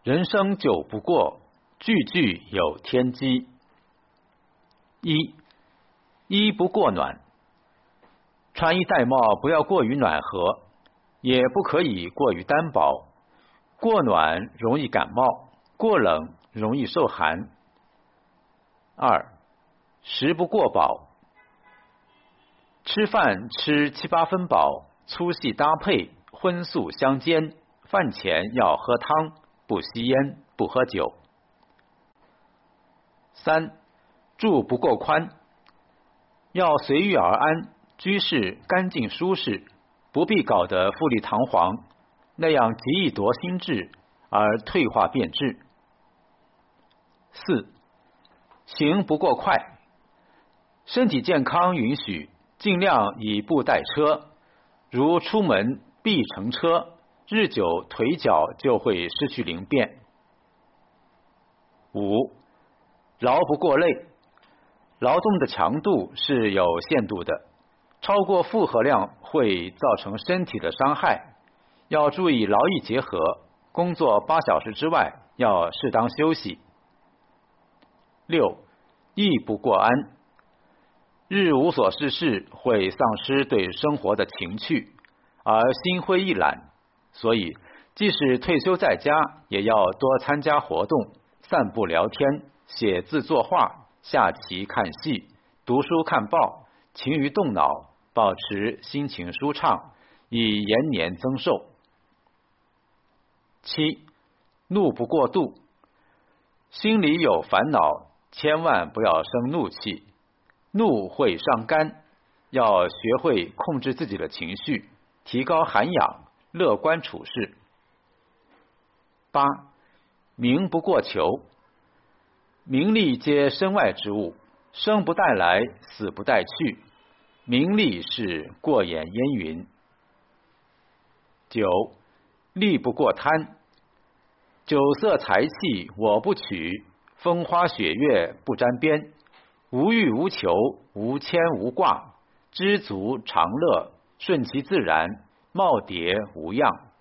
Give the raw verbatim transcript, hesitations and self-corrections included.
人生久不过，句句有天机。一，衣不过暖，穿衣戴帽不要过于暖和，也不可以过于单薄。过暖容易感冒，过冷容易受寒。二，食不过饱，吃饭吃七八分饱，粗细搭配，荤素相间，饭前要喝汤，不吸烟，不喝酒。三，住不够宽，要随遇而安，居室干净舒适，不必搞得富丽堂皇，那样极易夺心智而退化变质。四，行不过快，身体健康允许，尽量以步代车，如出门必乘车，日久腿脚就会失去灵便。五，劳不过累，劳动的强度是有限度的，超过负荷量会造成身体的伤害，要注意劳逸结合，工作八小时之外要适当休息。六，逸不过安，日无所事事会丧失对生活的情趣，而心灰意懒，所以即使退休在家，也要多参加活动，散步聊天，写字作画，下棋看戏，读书看报，勤于动脑，保持心情舒畅，以延年增寿。七，怒不过度，心里有烦恼，千万不要生怒气，怒会伤肝，要学会控制自己的情绪，提高涵养，乐观处事。八，名不过求，名利皆身外之物，生不带来，死不带去，名利是过眼烟云。九，利不过贪，酒色财气我不取，风花雪月不沾边，无欲无求，无牵无挂，知足常乐，顺其自然，耄耋无恙。